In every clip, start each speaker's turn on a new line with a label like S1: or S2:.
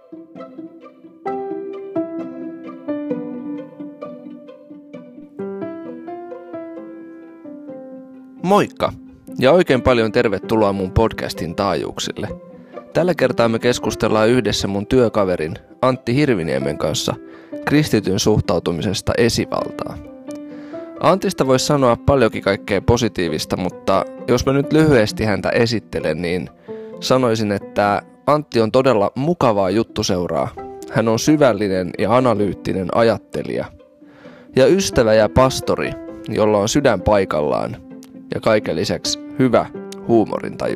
S1: Moikka ja oikein paljon tervetuloa mun podcastin taajuuksille. Tällä kertaa me keskustellaan yhdessä mun työkaverin Antti Hirviniemen kanssa kristityn suhtautumisesta esivaltaan. Antista voisi sanoa paljonkin kaikkea positiivista, mutta jos mä nyt lyhyesti häntä esittelen, niin sanoisin, että Antti on todella mukavaa juttuseuraa. Hän on syvällinen ja analyyttinen ajattelija ja ystävä ja pastori, jolla on sydän paikallaan ja kaiken lisäksi hyvä huumorintaju.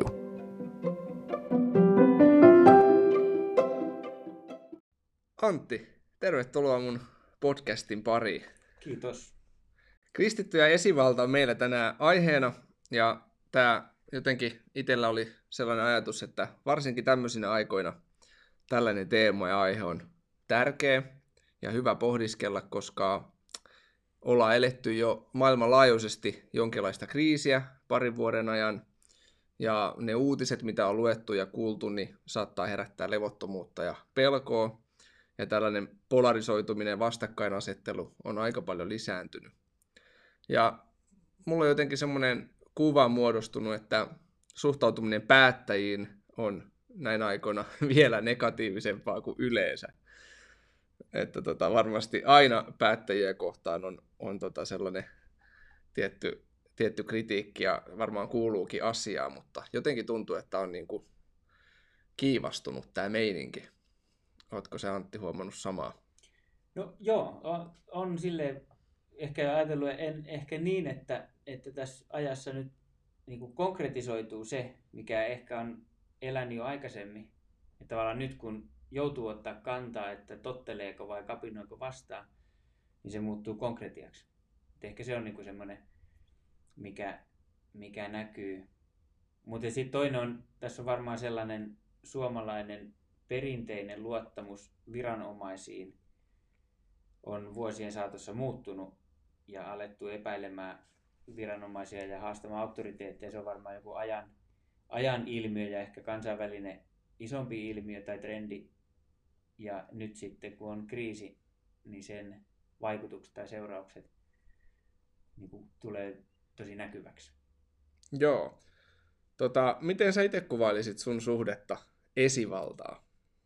S1: Antti, tervetuloa mun podcastin pariin.
S2: Kiitos.
S1: Kristitty ja esivalta on meillä tänään aiheena, ja tämä jotenkin itsellä oli sellainen ajatus, että varsinkin tämmöisinä aikoina tällainen teema ja aihe on tärkeä ja hyvä pohdiskella, koska ollaan eletty jo maailmanlaajuisesti jonkinlaista kriisiä parin vuoden ajan, ja ne uutiset, mitä on luettu ja kuultu, niin saattaa herättää levottomuutta ja pelkoa, ja tällainen polarisoituminen ja vastakkainasettelu on aika paljon lisääntynyt. Ja mulla on jotenkin semmoinen kuva muodostunut, että suhtautuminen päättäjiin on näin aikoina vielä negatiivisempaa kuin yleensä. Että varmasti aina päättäjiä kohtaan on sellainen tietty kritiikki ja varmaan kuuluukin asiaa, mutta jotenkin tuntuu, että on niin kuin kiivastunut tämä meininki. Ootko sä, Antti, huomannut samaa?
S2: No joo, on silleen ehkä ajatellut ehkä niin, että tässä ajassa nyt niin kuin konkretisoituu se, mikä ehkä on elänyt jo aikaisemmin. Että tavallaan nyt kun joutuu ottaa kantaa, että totteleeko vai kapinoiko vastaan, niin se muuttuu konkretiaksi. Et ehkä se on niin kuin semmoinen, mikä näkyy. Mutta sitten toinen on, tässä on varmaan sellainen suomalainen perinteinen luottamus viranomaisiin on vuosien saatossa muuttunut ja alettu epäilemään viranomaisia ja haastamaan auktoriteetteja. Se on varmaan joku ajan ilmiö ja ehkä kansainvälinen isompi ilmiö tai trendi. Ja nyt sitten kun on kriisi, niin sen vaikutukset tai seuraukset niin kuin tulee tosi näkyväksi.
S1: Joo. Miten sä itse kuvailisit sun suhdetta esivaltaan?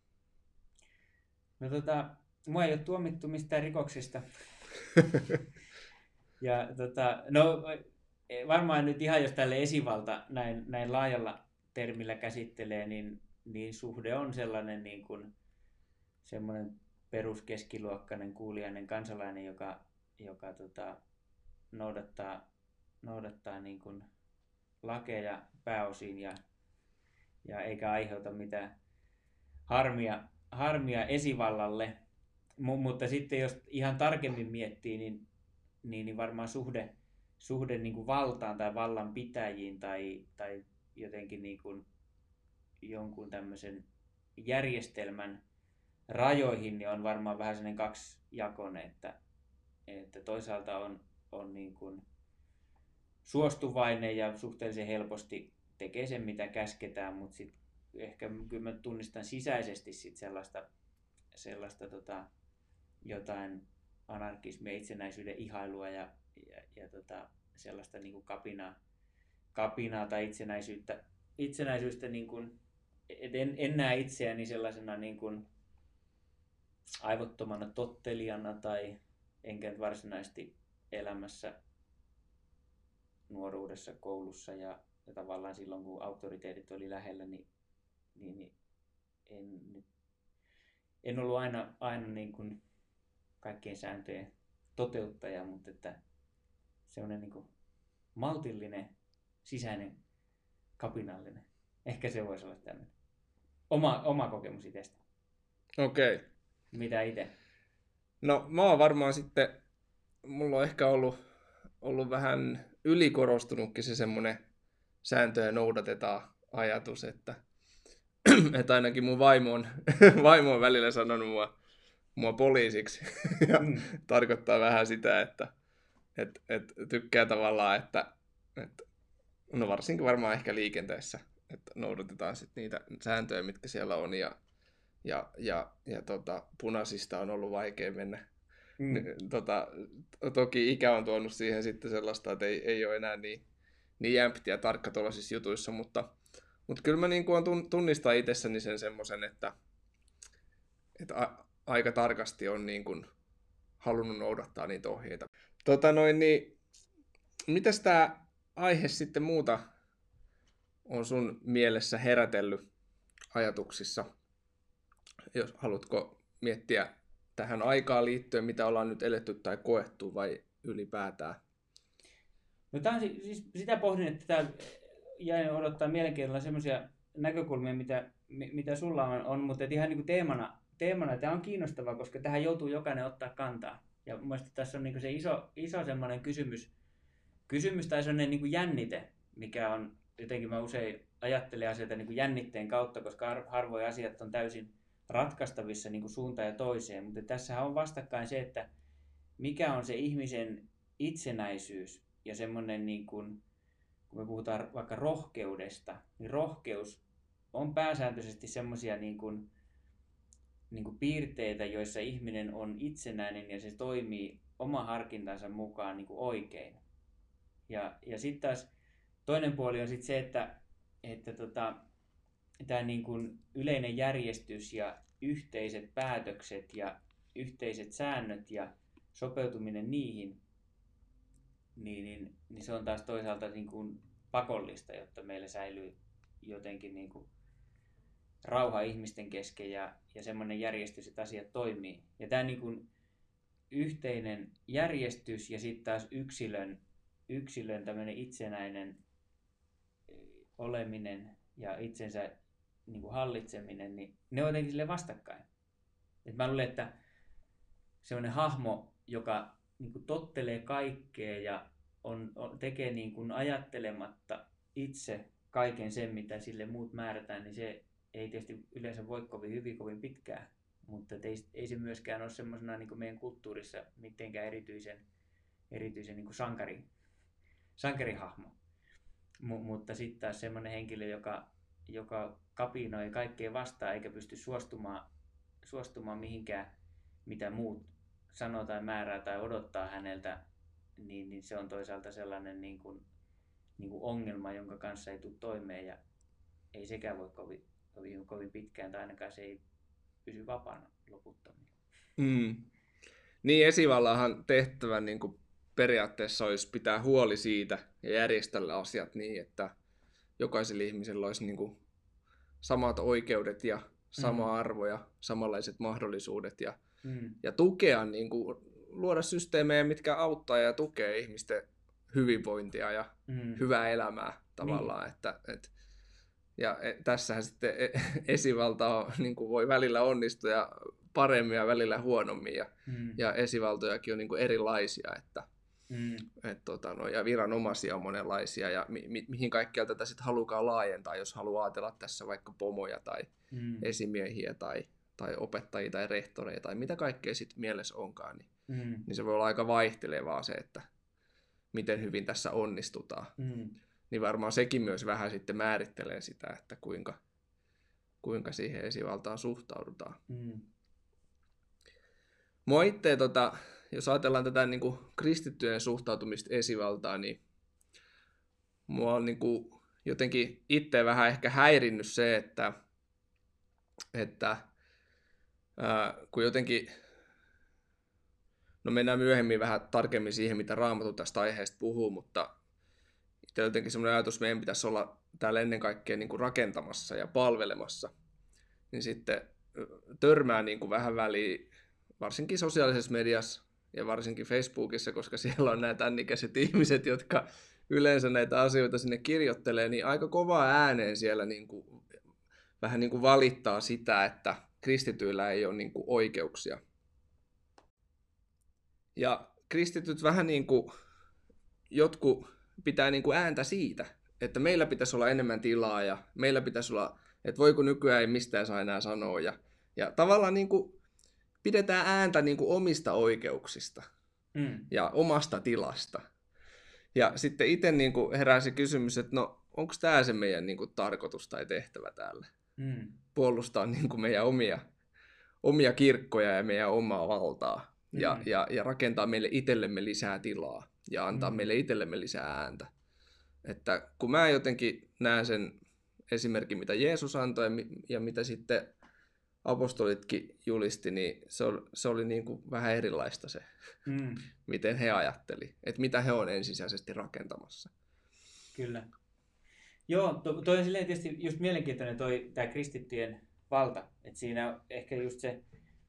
S2: No mua ei ole tuomittu mistään rikoksista. Ja no varmaan nyt ihan jos tälle esivalta näin laajalla termillä käsittelee, niin suhde on sellainen niin kuin semmoinen peruskeskiluokkainen kuulijainen kansalainen, joka noudattaa niin kuin lakeja pääosin ja eikä aiheuta mitään harmia esivallalle. Mutta sitten jos ihan tarkemmin miettii, niin varmaan suhde niin kuin valtaan tai vallan pitäjiin tai jotenkin niin kuin jonkun tämmöisen järjestelmän rajoihin, niin on varmaan vähän sellainen kaksijakoinen, että toisaalta on niin kuin suostuvainen ja suhteellisen helposti tekee sen, mitä käsketään, mutta sitten ehkä kyllä mä tunnistan sisäisesti sit sellaista jotain anarkismia, itsenäisyyden ihailua ja sellaista niin kuin kapinaa tai itsenäisyyttä niin kuin, en näe itseäni sellaisena niin kuin aivottomana tottelijana tai enkä varsinaisesti elämässä nuoruudessa, koulussa ja tavallaan silloin kun auktoriteetit oli lähellä, niin en ollut aina niin kuin kaikkien sääntöjen toteuttaja, mutta että semmoinen niin kuin maltillinen, sisäinen, kapinallinen. Ehkä se voisi olla tämmöinen oma kokemus itsestä.
S1: Okei. Okay.
S2: Mitä itse?
S1: No mä oon varmaan sitten, mulla on ehkä ollut vähän ylikorostunutkin se semmoinen sääntöjä noudatetaan ajatus, että ainakin mun vaimo on välillä sanonut mua poliisiksi ja tarkoittaa vähän sitä, että tykkää tavallaan, että no varsinkin varmaan ehkä liikenteessä, että noudatetaan sitten niitä sääntöjä, mitkä siellä on punaisista on ollut vaikea mennä. Toki ikä on tuonut siihen sitten sellaista, että ei ole enää niin jämpti ja tarkka tuollaisissa jutuissa, mutta kyllä mä niin kuin tunnistan itsessäni sen semmoisen, että aika tarkasti on niin kuin halunnut noudattaa niitä ohjeita. Mitäs tämä aihe sitten muuta on sun mielessä herätellyt ajatuksissa? Jos haluatko miettiä tähän aikaan liittyen, mitä ollaan nyt eletty tai koettu vai ylipäätään?
S2: No tämä on siis sitä pohdin, että tämä jäi odottaa mielenkiinnolla semmoisia näkökulmia, mitä sulla on, mutta ihan niin kuin teemana tämä on kiinnostavaa, koska tähän joutuu jokainen ottaa kantaa. Ja mun mielestä tässä on niin kuin se iso semmoinen kysymys tai semmoinen niin kuin jännite, mikä on, jotenkin mä usein ajattelen asioita niin kuin jännitteen kautta, koska harvoin asiat on täysin ratkaistavissa niin kuin suuntaan ja toiseen, mutta tässähän on vastakkain se, että mikä on se ihmisen itsenäisyys ja semmoinen, niin kuin, kun me puhutaan vaikka rohkeudesta, niin rohkeus on pääsääntöisesti semmoisia niin kuin piirteitä, joissa ihminen on itsenäinen ja se toimii oma harkintansa mukaan niin kuin oikein. Ja sitten taas toinen puoli on sitten se, että tämä niin kuin yleinen järjestys ja yhteiset päätökset ja yhteiset säännöt ja sopeutuminen niihin, niin se on taas toisaalta niin kuin pakollista, jotta meillä säilyy jotenkin niin kuin rauha ihmisten kesken ja semmoinen järjestys, että asiat toimii. Ja tämä niin kuin yhteinen järjestys ja sitten taas yksilön tämmöinen itsenäinen oleminen ja itsensä niin kuin hallitseminen, niin ne on jotenkin sille vastakkain. Et mä luulen, että semmoinen hahmo, joka niin kuin tottelee kaikkea ja tekee niin kuin ajattelematta itse kaiken sen, mitä sille muut määrätään, niin se ei tietysti yleensä voi kovin hyvin, kovin pitkään. Mutta ei se myöskään ole semmoisena niin kuin meidän kulttuurissa mitenkään erityisen niin kuin sankarihahmo. Mutta sitten taas semmoinen henkilö, joka kapinoi kaikkeen vastaan eikä pysty suostumaan mihinkään, mitä muut sanoo tai määrää tai odottaa häneltä, niin se on toisaalta sellainen niin kuin ongelma, jonka kanssa ei tule toimeen ja ei sekään voi kovin pitkään, tai ainakaan se ei pysy vapaana loputtomiin.
S1: Niin, esivallahan tehtävä niin kuin periaatteessa olisi pitää huoli siitä ja järjestellä asiat niin, että jokaisella ihmisellä olisi niin kuin samat oikeudet ja sama arvo ja samanlaiset mahdollisuudet ja tukea, niin kuin, luoda systeemejä, mitkä auttaa ja tukee ihmisten hyvinvointia ja hyvää elämää tavallaan. Tässähän sitten esivalta on, niin kuin voi välillä onnistua ja paremmin ja välillä huonommin ja esivaltojakin on niin kuin erilaisia, ja viranomaisia on monenlaisia ja mihin kaikkea tätä sitten halukaan laajentaa, jos haluaa ajatella tässä vaikka pomoja tai esimiehiä tai opettajia tai rehtoreita tai mitä kaikkea sitten mielessä onkaan, niin se voi olla aika vaihtelevaa se, että miten hyvin tässä onnistutaan. Niin varmaan sekin myös vähän sitten määrittelee sitä, että kuinka siihen esivaltaan suhtaudutaan. Mua itse, jos ajatellaan tätä niin kuin kristittyjen suhtautumista esivaltaan, niin mua on niin kuin jotenkin itse vähän ehkä häirinnyt se, että kun jotenkin, no mennään myöhemmin vähän tarkemmin siihen, mitä Raamattu tästä aiheesta puhuu, mutta itse jotenkin semmoinen ajatus, että meidän pitäisi olla täällä ennen kaikkea niin kuin rakentamassa ja palvelemassa, niin sitten törmää niin kuin vähän väliin, varsinkin sosiaalisessa mediassa ja varsinkin Facebookissa, koska siellä on nämä tännikäiset ihmiset, jotka yleensä näitä asioita sinne kirjoittelee, niin aika kovaa ääneen siellä niin kuin, vähän niin kuin valittaa sitä, että kristityillä ei ole niin kuin oikeuksia. Ja kristityt vähän niin kuin jotkut pitää niin kuin ääntä siitä, että meillä pitäisi olla enemmän tilaa ja meillä pitäisi olla, että voiko nykyään ei mistään saa enää sanoa. Ja tavallaan niin kuin pidetään ääntä niin kuin omista oikeuksista ja omasta tilasta. Ja sitten itse niin kuin herää se kysymys, että no onko tämä se meidän niin kuin tarkoitus tai tehtävä täällä? Puolustaa niin kuin meidän omia omia kirkkoja ja meidän omaa valtaa ja rakentaa meille itsellemme lisää tilaa ja antaa meille itsellemme lisää ääntä. Että kun mä jotenkin näen sen esimerkin, mitä Jeesus antoi ja mitä sitten apostolitkin julisti, niin se oli niin kuin vähän erilaista se, miten he ajatteli, että mitä he on ensisijaisesti rakentamassa.
S2: Kyllä. Joo, toi on silleen tietysti just mielenkiintoinen tämä kristittyjen valta, että siinä ehkä just se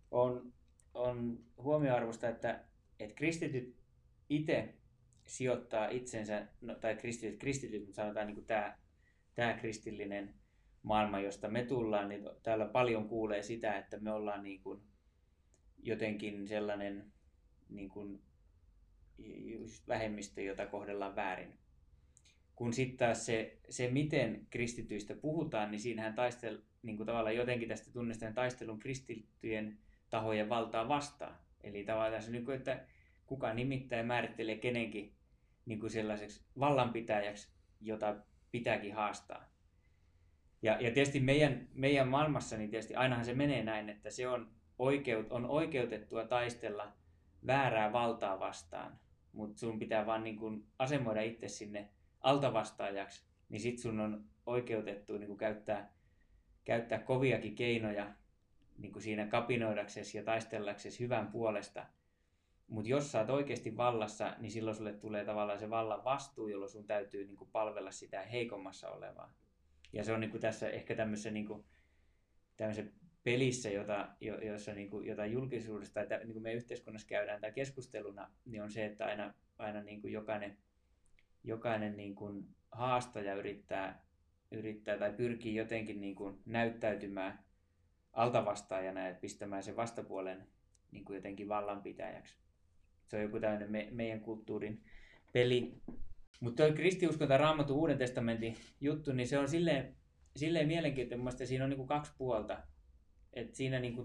S2: on huomioarvosta, että kristityt itse sijoittaa itsensä, tai kristityt, mutta sanotaan niin kuin tämä kristillinen maailma, josta me tullaan, niin täällä paljon kuulee sitä, että me ollaan niin kuin jotenkin sellainen niin kuin just vähemmistö, jota kohdellaan väärin. Kun sitten taas se, miten kristityistä puhutaan, niin siinähän niin kuin tavallaan jotenkin tästä tunnistetaan taistelun kristittyjen tahojen valtaa vastaan. Eli tavallaan tässä on, että kuka nimittää ja määrittelee kenenkin niin kuin sellaiseksi vallanpitäjäksi, jota pitääkin haastaa. Ja tietysti meidän maailmassa, niin tietysti ainahan se menee näin, että se on oikeutettua taistella väärää valtaa vastaan, mutta sun pitää vaan niin kuin asemoida itse sinne altavastaajaksi, niin sit sun on oikeutettu niin kuin käyttää koviakin keinoja niin kuin siinä kapinoidaksesi ja taistellaksesi hyvän puolesta. Mutta jos sä oot oikeasti vallassa, niin silloin sulle tulee tavallaan se vallan vastuu, jolloin sun täytyy niin kuin palvella sitä heikommassa olevaa. Ja se on niin kuin tässä ehkä tämmöisessä niin kuin pelissä, jota julkisuudesta tai niin kuin meidän yhteiskunnassa käydään tai keskusteluna, niin on se, että aina niin kuin jokainen niin kuin haastaja yrittää tai pyrkii jotenkin niin kuin näyttäytymään altavastaajana ja pistämään sen vastapuolen niin kuin jotenkin vallanpitäjäksi. Se on joku tämmöinen meidän kulttuurin peli. Mutta tuo kristiuskon tai Raamatun Uuden testamentin juttu, niin se on silleen mielenkiintoinen. Mielestäni siinä on niin kuin kaksi puolta. Et siinä niin kuin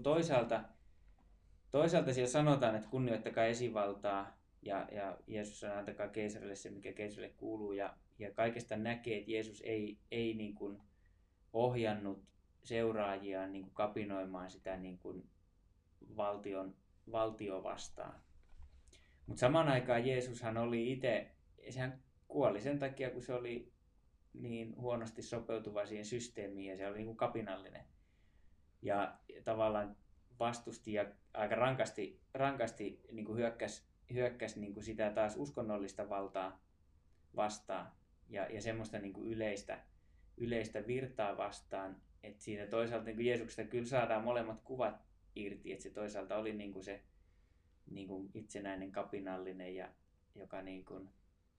S2: toisaalta siellä sanotaan, että kunnioittakaa esivaltaa ja Jeesus sanoo, antakaa keisarille se, mikä keisarille kuuluu. Ja kaikesta näkee, että Jeesus ei niin kuin ohjannut seuraajiaan niin kuin kapinoimaan sitä niin kuin valtio vastaan. Mutta samaan aikaan Jeesushan oli itse, sehän kuoli sen takia, kun se oli niin huonosti sopeutuva siihen systeemiin ja se oli niin kuin kapinallinen. Ja tavallaan vastusti ja aika rankasti niin kuin hyökkäsi niin kuin sitä taas uskonnollista valtaa vastaan ja semmoista niin kuin yleistä virtaa vastaan. Et siinä toisaalta niin kuin Jeesuksesta kyllä saadaan molemmat kuvat irti, että se toisaalta oli niin kuin se niin kuin itsenäinen kapinallinen ja joka niin kuin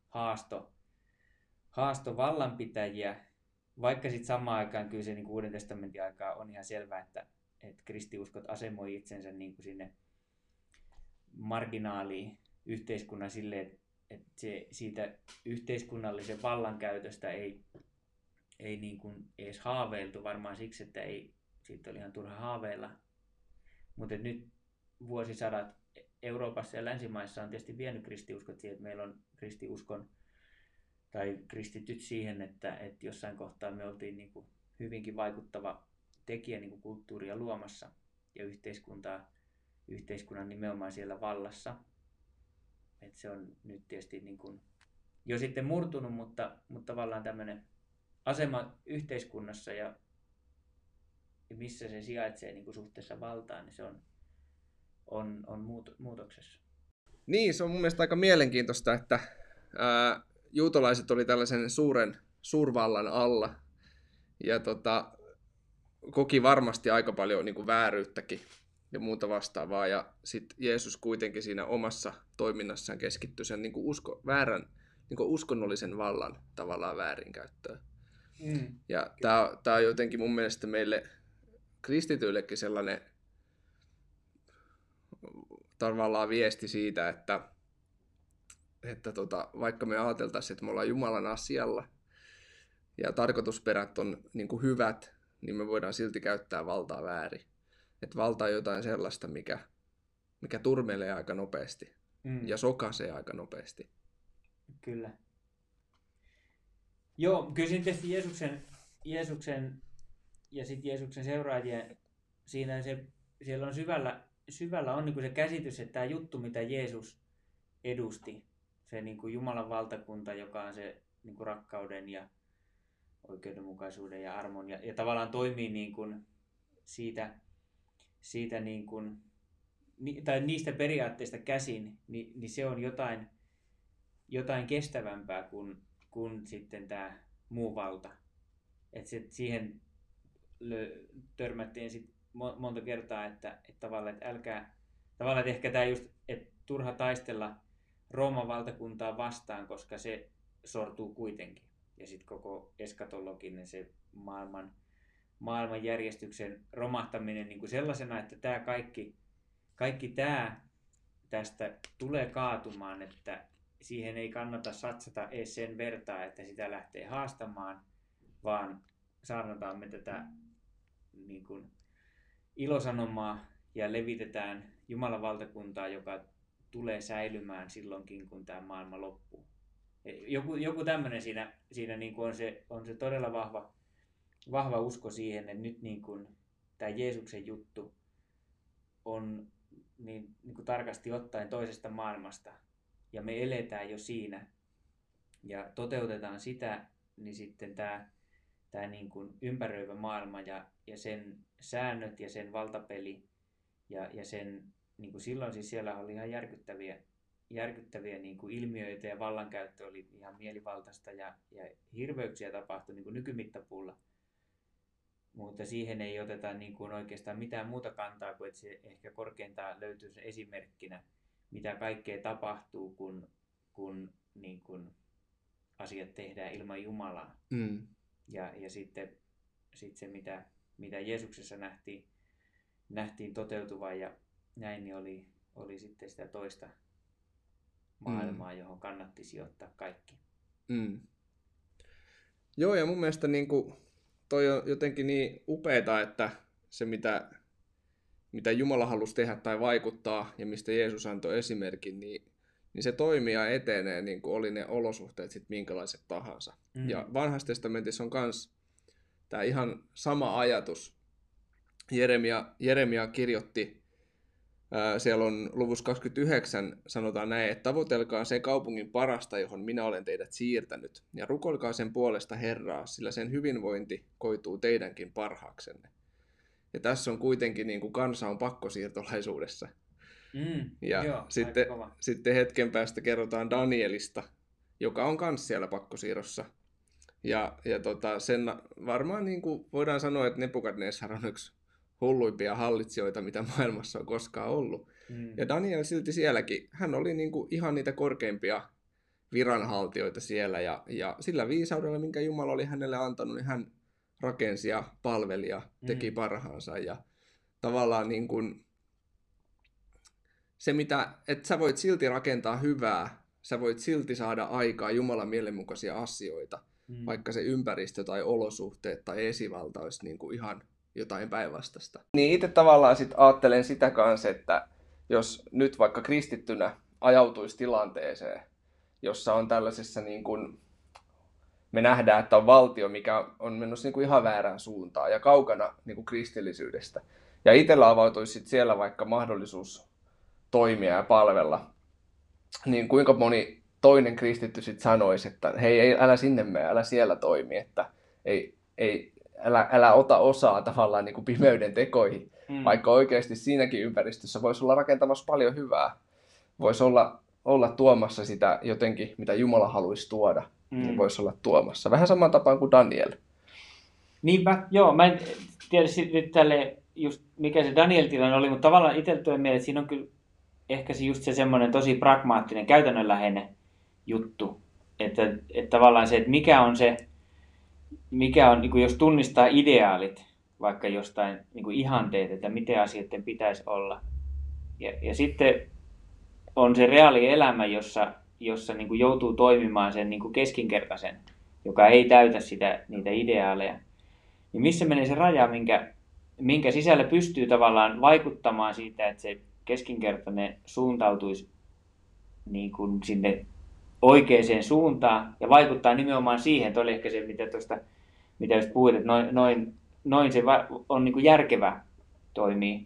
S2: haasto vallanpitäjiä, vaikka sitten samaan aikaan kyllä se niin kuin Uuden testamentin aikaa on ihan selvää, että kristiuskot asemoi itsensä niin kuin sinne marginaaliin yhteiskunnan silleen, että siitä yhteiskunnallisen vallankäytöstä ei niin kuin edes haaveiltu, varmaan siksi, että siitä oli ihan turha haaveilla. Mutta nyt vuosisadat Euroopassa ja länsimaissa on tietysti vienyt kristiuskot siihen, että meillä on kristiuskon tai kristityt siihen, että jossain kohtaa me oltiin niin kuin hyvinkin vaikuttava tekijä niin kuin kulttuuria luomassa ja yhteiskunnan nimenomaan siellä vallassa. Et se on nyt tietysti niin kuin jo sitten murtunut, mutta tavallaan tämmöinen asema yhteiskunnassa ja missä se sijaitsee niin kuin suhteessa valtaan, niin se on muutoksessa.
S1: Niin, se on mun mielestä aika mielenkiintoista, että juutalaiset oli tällaisen suurvallan alla ja koki varmasti aika paljon niin kuin vääryyttäkin ja muuta vastaavaa. Ja sitten Jeesus kuitenkin siinä omassa toiminnassaan keskittyi sen niin kuin uskonnollisen vallan tavallaan väärinkäyttöön. Ja tämä on jotenkin mun mielestä meille kristityillekin sellainen tavallaan viesti siitä, että vaikka me ajateltaisiin, että me ollaan Jumalan asialla ja tarkoitusperät on niin kuin hyvät, niin me voidaan silti käyttää valtaa väärin. Että valta on jotain sellaista, mikä turmelee aika nopeasti ja sokaisee aika nopeasti.
S2: Kyllä. Joo, kyllä siinä tietysti Jeesuksen ja sitten Jeesuksen seuraajien siinä se siellä on syvällä on niin kuin se käsitys, että tämä juttu, mitä Jeesus edusti, se niin kuin Jumalan valtakunta, joka on se niin kuin rakkauden ja oikeudenmukaisuuden ja armon ja tavallaan toimii niin kuin siitä niin kuin, tai niistä periaatteista käsin, niin se on jotain kestävämpää kuin sitten tämä muu valta. Että siihen törmättiin sit monta kertaa, että tavallaan, että tavallaan, että ehkä tämä just, että turha taistella Rooman valtakuntaa vastaan, koska se sortuu kuitenkin. Ja sitten koko eskatologinen se maailmanjärjestyksen romahtaminen niin kuin sellaisena, että tämä kaikki tämä tästä tulee kaatumaan, että siihen ei kannata satsata edes sen vertaa, että sitä lähtee haastamaan, vaan saarnataan me tätä niin kuin ilosanomaa ja levitetään Jumalan valtakuntaa, joka tulee säilymään silloinkin, kun tämä maailma loppuu. Joku tämmöinen siinä niin kuin on se todella vahva usko siihen, että nyt niin kuin tämä Jeesuksen juttu on niin kuin tarkasti ottaen toisesta maailmasta ja me eletään jo siinä ja toteutetaan sitä, niin sitten tämä niin kuin ympäröivä maailma ja sen säännöt ja sen valtapeli ja sen niin kuin silloin siis siellä oli ihan järkyttäviä niin kuin ilmiöitä ja vallankäyttö oli ihan mielivaltaista ja hirveyksiä tapahtui niin kuin nykymittapuulla. Mutta siihen ei oteta niin kuin oikeastaan mitään muuta kantaa kuin että se ehkä korkeintaan löytyy se esimerkkinä, mitä kaikkea tapahtuu, kun niin kuin asiat tehdään ilman Jumalaa. Ja sitten se, mitä Jeesuksessa nähtiin toteutuvan ja näin, niin oli sitten sitä toista maailmaa, johon kannatti sijoittaa kaikki.
S1: Joo, ja mun mielestä niin kuin toi on jotenkin niin upeeta, että se mitä Jumala halusi tehdä tai vaikuttaa ja mistä Jeesus antoi esimerkin, niin se toimii ja etenee, niin kuin oli ne olosuhteet sitten minkälaiset tahansa. Ja Vanhassa testamentissa on myös tämä ihan sama ajatus. Jeremia kirjoitti, siellä on luvussa 29, sanotaan näin, että tavoitelkaa sen kaupungin parasta, johon minä olen teidät siirtänyt, ja rukoilkaa sen puolesta Herraa, sillä sen hyvinvointi koituu teidänkin parhaaksenne. Ja tässä on kuitenkin niin kuin kansa on pakkosiirtolaisuudessa. Ja
S2: joo,
S1: sitten hetken päästä kerrotaan Danielista, joka on myös siellä pakkosiirrossa. Ja sen varmaan niin kuin voidaan sanoa, että Nebukadnessar on yksi hulluimpia hallitsijoita, mitä maailmassa on koskaan ollut. Ja Daniel silti sielläkin, hän oli niin kuin ihan niitä korkeimpia viranhaltijoita siellä. Ja sillä viisaudella, minkä Jumala oli hänelle antanut, niin hän rakensi ja palveli ja teki parhaansa. Ja tavallaan niin kuin se, että sä voit silti rakentaa hyvää, sä voit silti saada aikaa Jumalan mielenmukaisia asioita, vaikka se ympäristö tai olosuhteet tai esivalta olisi niin kuin ihan jotain päinvastaista. Niin itse tavallaan sitten ajattelen sitä kanssa, että jos nyt vaikka kristittynä ajautuisi tilanteeseen, jossa on tällaisessa niin kuin, me nähdään, että on valtio, mikä on menossa niin kuin ihan väärään suuntaan ja kaukana niin kuin kristillisyydestä. Ja itsellä avautuisi sit siellä vaikka mahdollisuus toimia ja palvella, niin kuinka moni toinen kristitty sitten sanoisi, että hei, älä sinne mene, älä siellä toimi, että älä ota osaa tavallaan niin kuin pimeyden tekoihin, vaikka oikeasti siinäkin ympäristössä voisi olla rakentamassa paljon hyvää. Voisi olla tuomassa sitä jotenkin, mitä Jumala haluaisi tuoda, niin voisi olla tuomassa. Vähän saman tapaan kuin Daniel.
S2: Niinpä, joo. Mä en tiedä nyt just mikä se Daniel-tilanne oli, mutta tavallaan itsellä tulee mieleen, että siinä on kyllä ehkä just se semmoinen tosi pragmaattinen, käytännönläheinen juttu. Että tavallaan se, että mikä on, niin kuin jos tunnistaa ideaalit, vaikka jostain niin kuin ihanteet, että miten asioiden pitäisi olla. Ja sitten on se reaali elämä, jossa niin kuin joutuu toimimaan sen niin kuin keskinkertaisen, joka ei täytä niitä ideaaleja. Niin missä menee se raja, minkä sisällä pystyy tavallaan vaikuttamaan siitä, että se keskinkertainen suuntautuisi niin kuin sinne oikeaan suuntaan ja vaikuttaa nimenomaan siihen, että oli ehkä se, mitä just puhuit, että noin se on niin kuin järkevä toimii.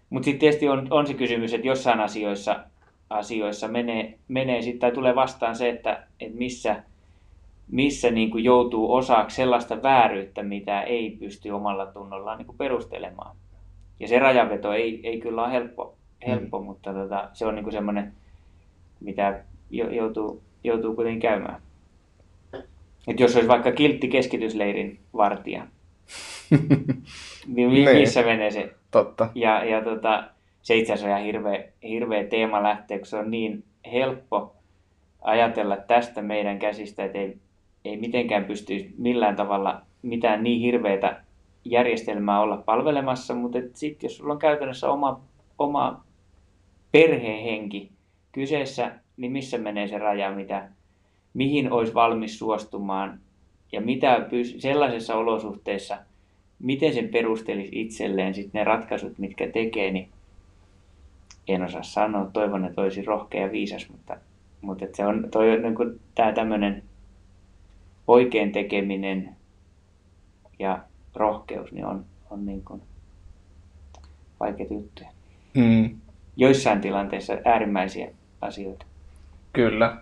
S2: Mutta sitten tietysti on se kysymys, että jossain asioissa menee sit, tai tulee vastaan se, että missä niin kuin joutuu osaksi sellaista vääryyttä, mitä ei pysty omalla tunnollaan niin kuin perustelemaan. Ja se rajanveto ei kyllä ole helppo mutta se on niin kuin semmoinen, mitä joutuu kuitenkin käymään. Et jos olisi vaikka kiltti keskitysleirin vartija, niin missä menee se?
S1: Totta.
S2: Ja se itse asiassa on ihan hirveä teema lähteä, kun se on niin helppo ajatella tästä meidän käsistä, että ei mitenkään pystyisi millään tavalla mitään niin hirveätä järjestelmää olla palvelemassa, mutta sitten jos sulla on käytännössä oma perhehenki kyseessä, niin missä menee se raja, mihin olisi valmis suostumaan ja mitä sellaisessa olosuhteessa, miten sen perustelisi itselleen sit ne ratkaisut, mitkä tekee, niin en osaa sanoa. Toivon, että olisi rohkea ja viisas, mutta se on niin tämä tämmöinen oikein tekeminen ja rohkeus niin on niin kuin vaikeita juttuja. Joissain tilanteissa äärimmäisiä asioita.
S1: Kyllä.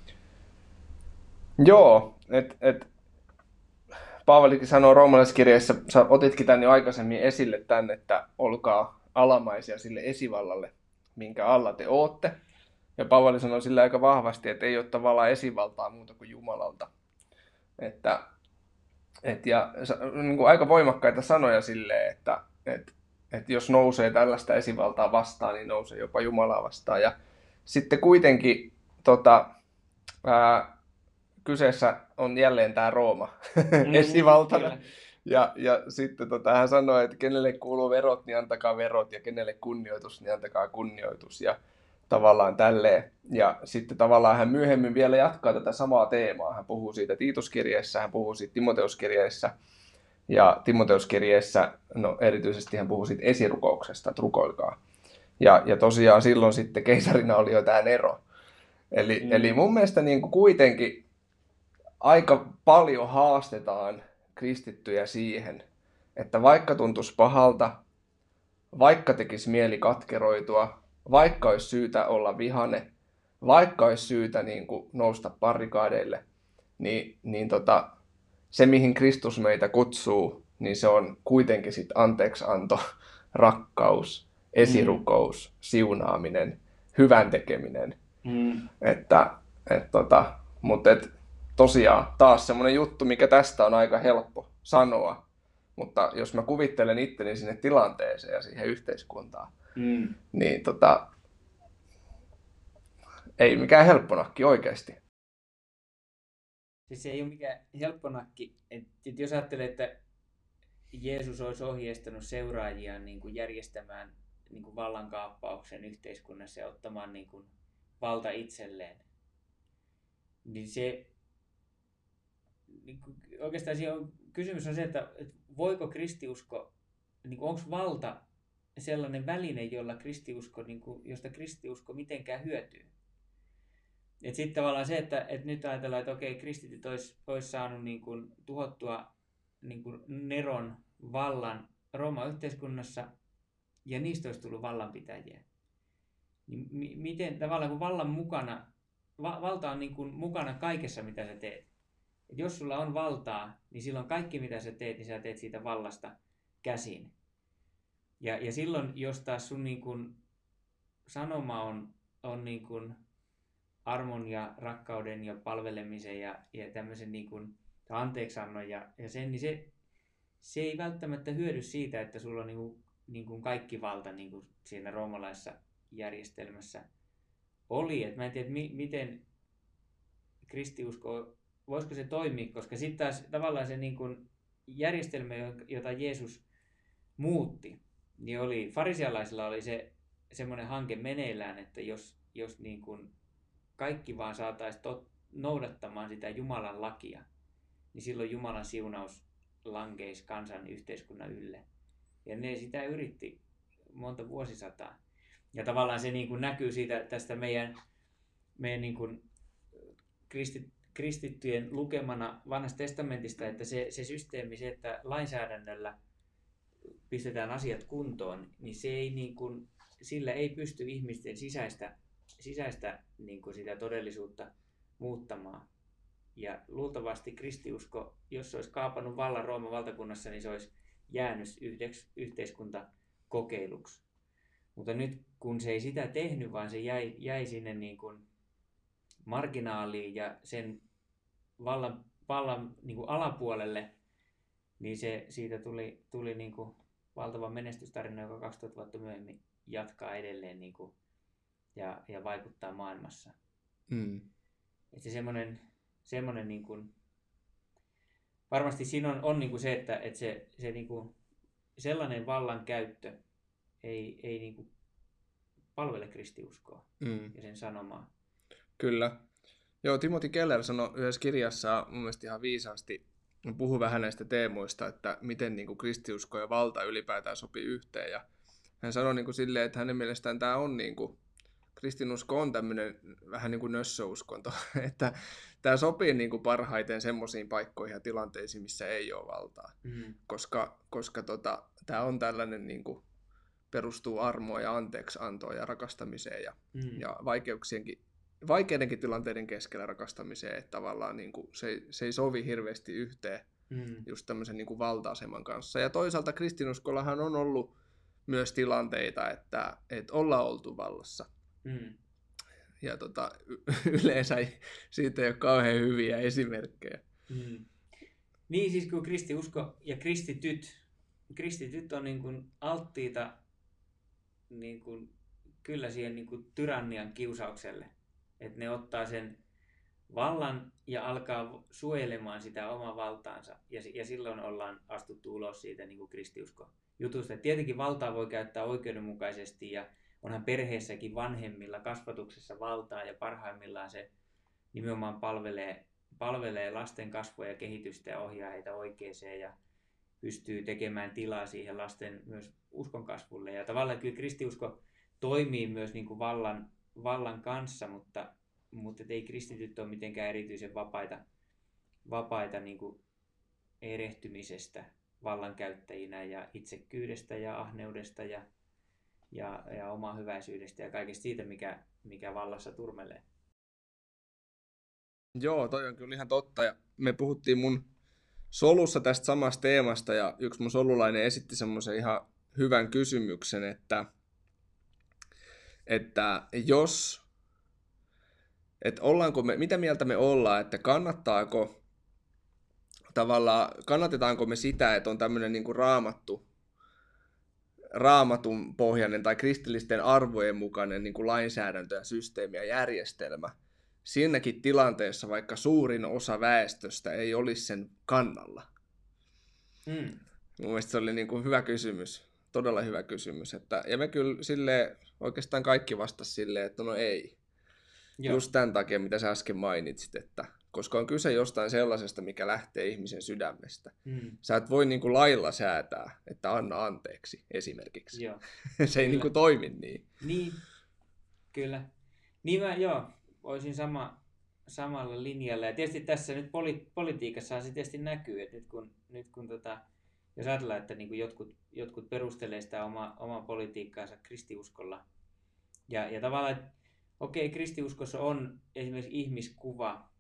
S1: Joo, Paavalikin sanoo roomalaiskirjeessä, sä otitkin tämän jo aikaisemmin esille tämän, että olkaa alamaisia sille esivallalle, minkä alla te ootte. Ja Paavali sanoi sillä aika vahvasti, että ei ole tavallaan esivaltaa muuta kuin Jumalalta. Ja niin kuin aika voimakkaita sanoja silleen, että jos nousee tällaista esivaltaa vastaan, niin nousee jopa Jumalaa vastaan. Ja sitten kuitenkin kyseessä on jälleen tämä Rooma esivaltana. Ja sitten hän sanoi, että kenelle kuuluu verot, niin antakaa verot, ja kenelle kunnioitus, niin antakaa kunnioitus. Ja tavallaan tälleen. Ja sitten tavallaan hän myöhemmin vielä jatkaa tätä samaa teemaa. Hän puhuu siitä Tiituskirjeessä, hän puhuu siitä Timoteuskirjeessä. Ja Timoteuskirjeessä, no erityisesti hän puhuu siitä esirukouksesta, että rukoilkaa. Ja tosiaan silloin sitten keisarina oli jo tämä Nero. Eli mun mielestä niin kuin kuitenkin aika paljon haastetaan kristittyjä siihen, että vaikka tuntuisi pahalta, vaikka tekisi mieli katkeroitua, vaikka olisi syytä olla vihane, vaikka olisi syytä niin kuin nousta barrikaadeille, niin se mihin Kristus meitä kutsuu, niin se on kuitenkin sit anteeksianto, rakkaus, esirukous, siunaaminen, hyvän tekeminen. Mutta tosiaan taas semmoinen juttu, mikä tästä on aika helppo sanoa, mutta jos mä kuvittelen itteni sinne tilanteeseen ja siihen yhteiskuntaan, niin ei mikään helpponakki oikeasti.
S2: Siis se ei ole mikään helpponakki. Jos ajattelee, että Jeesus olisi ohjeistanut seuraajiaan niin kuin järjestämään niin kuin vallankaappauksen yhteiskunnassa ja ottamaan niin kuin valta itselleen, niin se niin kuin, oikeastaan kysymys on se, että voiko kristiusko, niin kuin, onko valta sellainen väline, jolla kristiusko, niin kuin, josta kristiusko mitenkään hyötyy. Sitten tavallaan se, että nyt ajatellaan, että okei, kristityt olisi saanut niin kuin, tuhottua niin kuin Neron vallan Rooman yhteiskunnassa ja niistä olisi tullut vallanpitäjiä. Niin miten tavallaan kun valta on niin kuin mukana kaikessa mitä sä teet. Et jos sulla on valtaa, niin silloin kaikki mitä sä teet, niin sä teet siitä vallasta käsin. Ja silloin jos taas sun niin kuin sanoma on niin kuin armon ja rakkauden ja palvelemisen ja tämmöisen niin kuin anteeksiannon ja sen, niin se ei välttämättä hyödy siitä, että sulla on niin kuin kaikki valta niin kuin siinä roomalaisessa järjestelmässä oli. Et mä en tiedä, miten kristiusko, voisiko se toimia, koska sitten taas tavallaan se niin kuin järjestelmä, jota Jeesus muutti, niin farisialaisilla oli se semmoinen hanke meneillään, että jos niin kuin kaikki vaan saataisiin noudattamaan sitä Jumalan lakia, niin silloin Jumalan siunaus lankeisi kansan yhteiskunnan ylle. Ja ne sitä yritti monta vuosisataa. Ja tavallaan se niin kuin näkyy tästä meidän niin kuin kristittyjen lukemana Vanhasta testamentista, että se systeemi, se, että lainsäädännöllä pistetään asiat kuntoon, niin se ei niin kuin, sillä ei pysty ihmisten sisäistä niin kuin sitä todellisuutta muuttamaan. Ja luultavasti kristiusko, jos se olisi kaapannut vallan Rooman valtakunnassa, niin se olisi jäänyt yhdeksi yhteiskuntakokeiluksi. Mutta nyt kun se ei sitä tehnyt, vaan se jäi sinne niin kuin marginaaliin ja sen vallan niin kuin alapuolelle, niin siitä tuli niin kuin valtava menestystarina, joka 2000 vuotta myöhemmin jatkaa edelleen niin kuin, ja vaikuttaa maailmassa. Että se semmoinen niin kuin, varmasti siinä on niin kuin se, että se niin kuin, sellainen vallan käyttö ei niin kuin palvele kristiuskoa ja sen sanomaa.
S1: Kyllä. Joo, Timothy Keller sanoi yhdessä kirjassa mun mielestä ihan viisaasti, puhui vähän näistä teemoista, että miten niin kuin kristiusko ja valta ylipäätään sopii yhteen. Ja hän sanoi niin kuin silleen, että hänen mielestään tämä on niin kuin, kristinusko on tämmöinen vähän niin kuin nössöuskonto, että tämä sopii niin kuin parhaiten semmoisiin paikkoihin ja tilanteisiin, missä ei ole valtaa, koska tämä on tällainen niin kuin, perustuu armoon ja anteeksiantoon ja rakastamiseen ja vaikeidenkin tilanteiden keskellä rakastamiseen, että tavallaan niin kuin, se ei sovi hirveästi yhteen just tämmöisen niin kuin valta-aseman kanssa. Ja toisaalta kristinuskollahan on ollut myös tilanteita, että ollaan oltu vallassa. Ja yleensä siitä ei ole kauhean hyviä esimerkkejä.
S2: Niin siis kun kristiusko ja kristityt on niin kuin alttiita niin kuin, kyllä siihen niin kuin tyrannian kiusaukselle. Että ne ottaa sen vallan ja alkaa suojelemaan sitä omaa valtaansa. Ja silloin ollaan astuttu ulos siitä niin kuin kristiusko-jutusta. Et tietenkin valtaa voi käyttää oikeudenmukaisesti ja onhan perheessäkin vanhemmilla kasvatuksessa valtaa ja parhaimmillaan se nimenomaan palvelee lasten kasvua ja kehitystä ja ohjaa heitä oikeeseen ja pystyy tekemään tilaa siihen lasten myös uskon kasvulle. Ja tavallaan kyllä kristiusko toimii myös niin kuin vallan kanssa, mutta ei kristityt ole mitenkään erityisen vapaita niin kuin erehtymisestä vallankäyttäjinä ja itsekkyydestä ja ahneudesta ja omahyväisyydestä ja kaikesta siitä, mikä vallassa turmelee.
S1: Joo, toi on kyllä ihan totta. Ja me puhuttiin mun solussa tästä samasta teemasta ja yksi mun solulainen esitti semmoisen ihan hyvän kysymyksen, että mitä mieltä me ollaan, että kannatetaanko me sitä, että on tämmöinen niin kuin raamatun pohjainen tai kristillisten arvojen mukainen niin kuin lainsäädäntö ja systeemi ja järjestelmä siinäkin tilanteessa, vaikka suurin osa väestöstä ei olisi sen kannalla. Mun mielestä se oli niin kuin hyvä kysymys, todella hyvä kysymys. Ja me kyllä oikeastaan kaikki vastasi silleen, että no ei. Joo. Just tämän takia, mitä sä äsken mainitsit, että koska on kyse jostain sellaisesta, mikä lähtee ihmisen sydämestä. Sä et voi niin kuin lailla säätää, että anna anteeksi esimerkiksi.
S2: Joo.
S1: Se ei niin kuin toimi niin.
S2: Niin, kyllä. Niin olisin samalla linjalla. Ja tietysti tässä nyt politiikassa se tietysti näkyy, että nyt kun jos ajatellaan, että niin kuin jotkut perustelee sitä omaa politiikkaansa kristiuskolla. Ja tavallaan, että okei, kristiuskossa on esimerkiksi ihmiskuva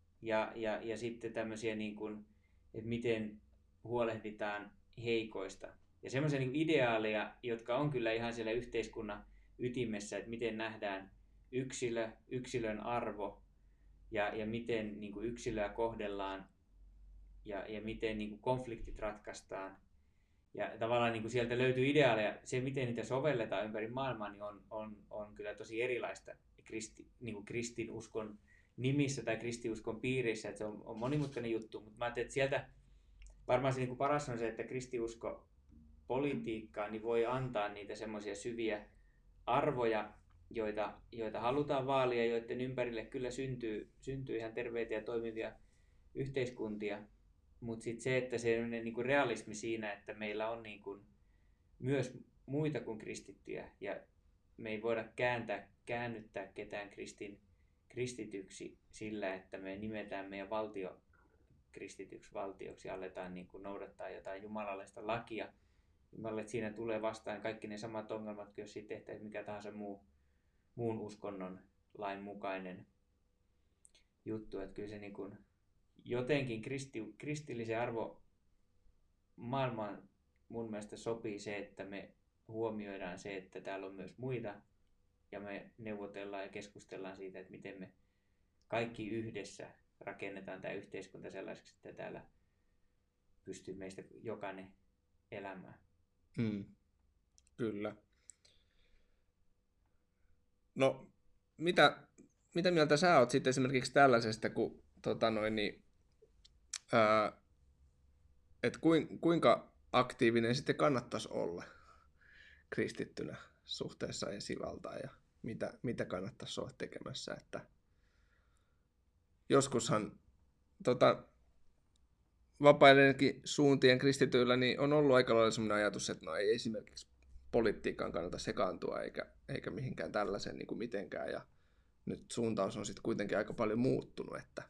S2: ja sitten tämmöisiä, niin kuin, että miten huolehditaan heikoista. Ja semmoisia niin kuin ideaaleja, jotka on kyllä ihan siellä yhteiskunnan ytimessä, että miten nähdään yksilön arvo ja miten niin kuin yksilöä kohdellaan ja miten niin kuin konfliktit ratkaistaan. Ja tavallaan niin kuin sieltä löytyy ideaaleja. Se, miten niitä sovelletaan ympäri maailmaa, niin on kyllä tosi erilaista niin kuin kristinuskon nimissä tai kristiuskon piirissä. Että se on monimutkainen juttu, mutta mä ajattelin, että sieltä varmaan se niin kuin paras on se, että kristiusko politiikkaan niin voi antaa niitä semmoisia syviä arvoja, joita halutaan vaalia, joiden ympärille kyllä syntyy ihan terveitä ja toimivia yhteiskuntia. Mutta sitten se, että se on niinku realismi siinä, että meillä on niinku myös muita kuin kristittyjä ja me ei voida käännyttää ketään kristityksi sillä, että me nimetään meidän valtio kristityksi valtioksi ja aletaan niinku noudattaa jotain jumalallista lakia, Jumalle, että siinä tulee vastaan kaikki ne samat ongelmat, jos siitä tehtäisiin mikä tahansa muun uskonnon lain mukainen juttu. Että kyllä se niin kuin jotenkin kristillisen arvo maailmaan mun mielestä sopii se, että me huomioidaan se, että täällä on myös muita ja me neuvotellaan ja keskustellaan siitä, että miten me kaikki yhdessä rakennetaan tämä yhteiskunta sellaiseksi, että täällä pystyy meistä jokainen elämään.
S1: Kyllä. No, mitä mieltä sä oot sitten esimerkiksi tällaisesta, kun että kuinka aktiivinen sitten kannattaisi olla kristittynä suhteessa esivaltaan ja mitä kannattaisi olla tekemässä, että joskushan vapaidenkin suuntien kristityillä niin on ollut aika lailla sellainen ajatus, että no ei esimerkiksi politiikkaan kannata sekaantua eikä mihinkään tällaisen niin kuin mitenkään, ja nyt suuntaus on sitten kuitenkin aika paljon muuttunut, että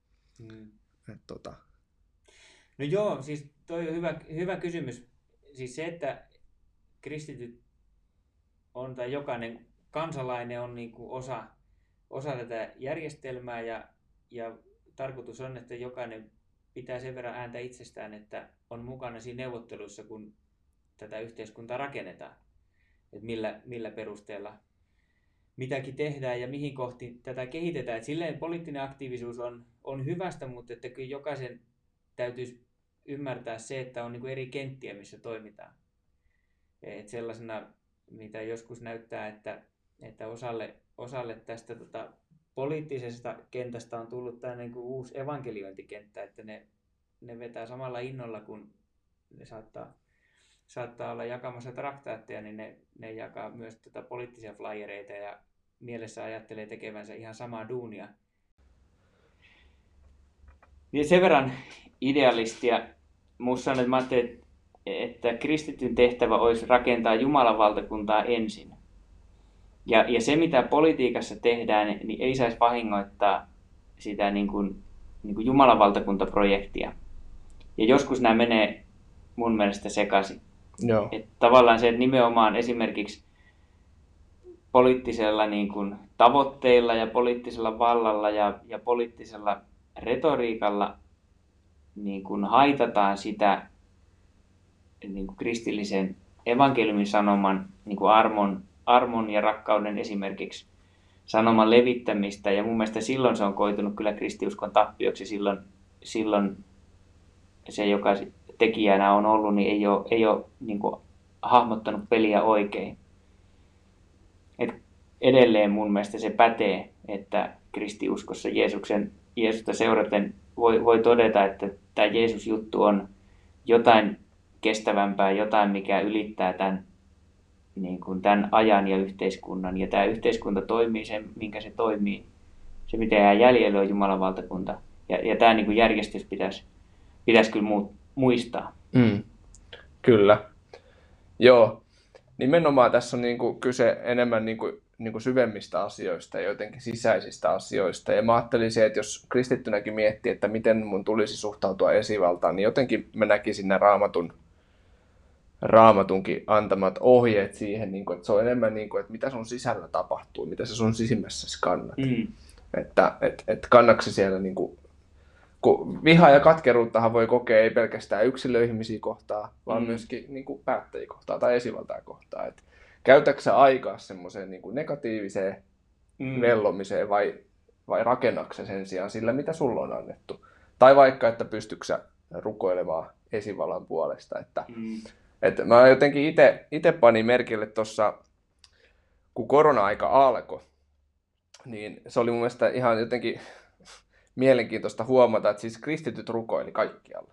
S2: No joo, siis toi on hyvä kysymys. Siis se, että kristityt on tai jokainen kansalainen on niin kuin osa tätä järjestelmää ja tarkoitus on, että jokainen pitää sen verran ääntä itsestään, että on mukana siinä neuvotteluissa, kun tätä yhteiskuntaa rakennetaan. Että millä perusteella mitäkin tehdään ja mihin kohti tätä kehitetään. Että silleen poliittinen aktiivisuus on hyvästä, mutta että kyllä jokaisen täytyisi ymmärtää se, että on niin kuin eri kenttiä, missä toimitaan. Että sellaisena, mitä joskus näyttää, että osalle tästä poliittisesta kentästä on tullut tämä niin kuin uusi evankeliointikenttä, että ne vetää samalla innolla, kun ne saattaa olla jakamassa traktaatteja, niin ne jakaa myös poliittisia flyereita ja mielessä ajattelee tekevänsä ihan samaa duunia. Ja sen verran idealistia minusta on, että mä ajattelin, että kristityn tehtävä olisi rakentaa Jumalan valtakuntaa ensin. Ja se, mitä politiikassa tehdään, niin ei saisi vahingoittaa sitä niin kuin Jumalan valtakuntaprojektia. Ja joskus nämä menee mun mielestä sekaisin.
S1: Joo.
S2: Että tavallaan se, että nimenomaan esimerkiksi poliittisella niin kuin tavoitteilla ja poliittisella vallalla ja poliittisella retoriikalla niin kuin haitataan sitä niin kuin kristillisen evankeliumin sanoman niin kuin armon ja rakkauden esimerkiksi sanoman levittämistä. Ja mun mielestä silloin se on koitunut kyllä kristiuskon tappioksi. Silloin se, joka tekijänä on ollut, niin ei ole niin kuin hahmottanut peliä oikein. Et edelleen mun mielestä se pätee, että kristiuskossa Jeesusta seuraten voi todeta, että tämä Jeesus-juttu on jotain kestävämpää, jotain mikä ylittää tämän ajan ja yhteiskunnan. Ja tämä yhteiskunta toimii sen, minkä se toimii. Se, mitä jää jäljelle, on Jumalan valtakunta. Ja tämä niin kuin järjestys pitäisi kyllä muistaa.
S1: Kyllä. Joo. Nimenomaan tässä on niin kuin kyse enemmän niin kuin syvemmistä asioista ja jotenkin sisäisistä asioista. Ja mä ajattelisin, että jos kristittynäkin miettii, että miten mun tulisi suhtautua esivaltaan, niin jotenkin mä näkisin nämä Raamatunkin antamat ohjeet siihen, että se on enemmän, että mitä sun sisällä tapahtuu, mitä sä sun sisimmässäsi kannat. Että kannaksi siellä, kun vihaa ja katkeruuttahan voi kokea ei pelkästään yksilöihmisiä kohtaan, vaan myöskin päättäjiä kohtaan tai esivaltaa kohtaan. Käytätkö sä aikaa semmoiseen negatiiviseen vellomiseen vai rakennatko sä sen sijaan sillä, mitä sulla on annettu? Tai vaikka, että pystytkö sä rukoilemaan esivallan puolesta. Että mä jotenkin itse panin merkille tuossa, kun korona-aika alkoi, niin se oli mun mielestä ihan jotenkin mielenkiintoista huomata, että siis kristityt rukoili kaikkialla.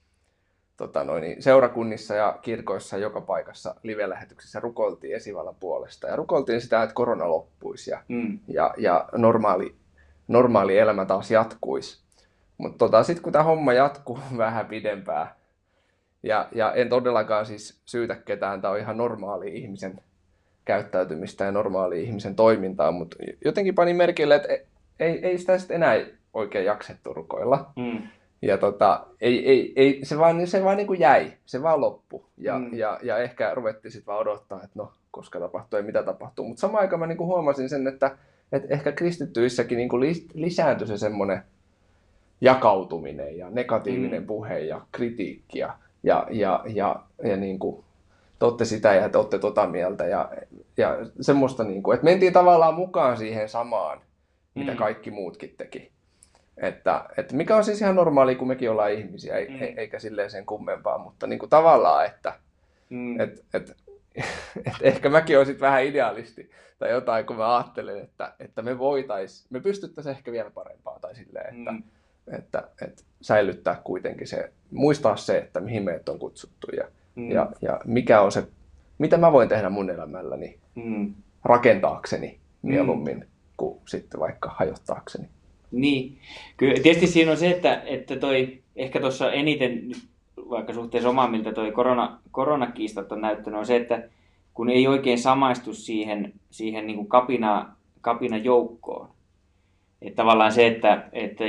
S1: Seurakunnissa ja kirkoissa joka paikassa live-lähetyksissä rukoiltiin esivallan puolesta. Ja rukoiltiin sitä, että korona loppuisi ja normaali elämä taas jatkuisi. Mutta sitten kun tämä homma jatkuu vähän pidempään, ja en todellakaan siis syytä ketään, tämä on ihan normaali ihmisen käyttäytymistä ja normaali ihmisen toimintaa, mutta jotenkin panin merkille, että ei sitä sitten enää oikein jaksettu rukoilla. Ja se vaan niin kuin jäi, se vaan loppui. Ja ehkä ruvettiin sitten vaan odottaa, että no, koska tapahtuu ja mitä tapahtuu. Mutta samaan aikaan mä niin kuin huomasin sen, että ehkä kristittyissäkin niin kuin lisääntyi se semmoinen jakautuminen ja negatiivinen puhe ja kritiikki ja niin kuin, te olette sitä ja te olette tota mieltä ja semmoista, niin kuin, että mentiin tavallaan mukaan siihen samaan, mitä kaikki muutkin teki. Että mikä on siis ihan normaali, kun mekin ollaan ihmisiä, eikä silleen sen kummempaa, mutta niin kuin tavallaan, että et ehkä mäkin olisin vähän idealisti tai jotain, kun mä ajattelen, että me pystyttäisiin ehkä vielä parempaa tai silleen, että säilyttää kuitenkin se, muistaa se, että mihin meidät on kutsuttu ja mikä on se, mitä mä voin tehdä mun elämälläni rakentaakseni mieluummin kuin sitten vaikka hajottaakseni.
S2: Niin, kyllä tietysti siinä on se, että toi ehkä tuossa eniten, vaikka suhteessa omaan, miltä toi koronakiistat on näyttänyt, on se, että kun ei oikein samaistu siihen niin kuin kapinajoukkoon. Että tavallaan se, että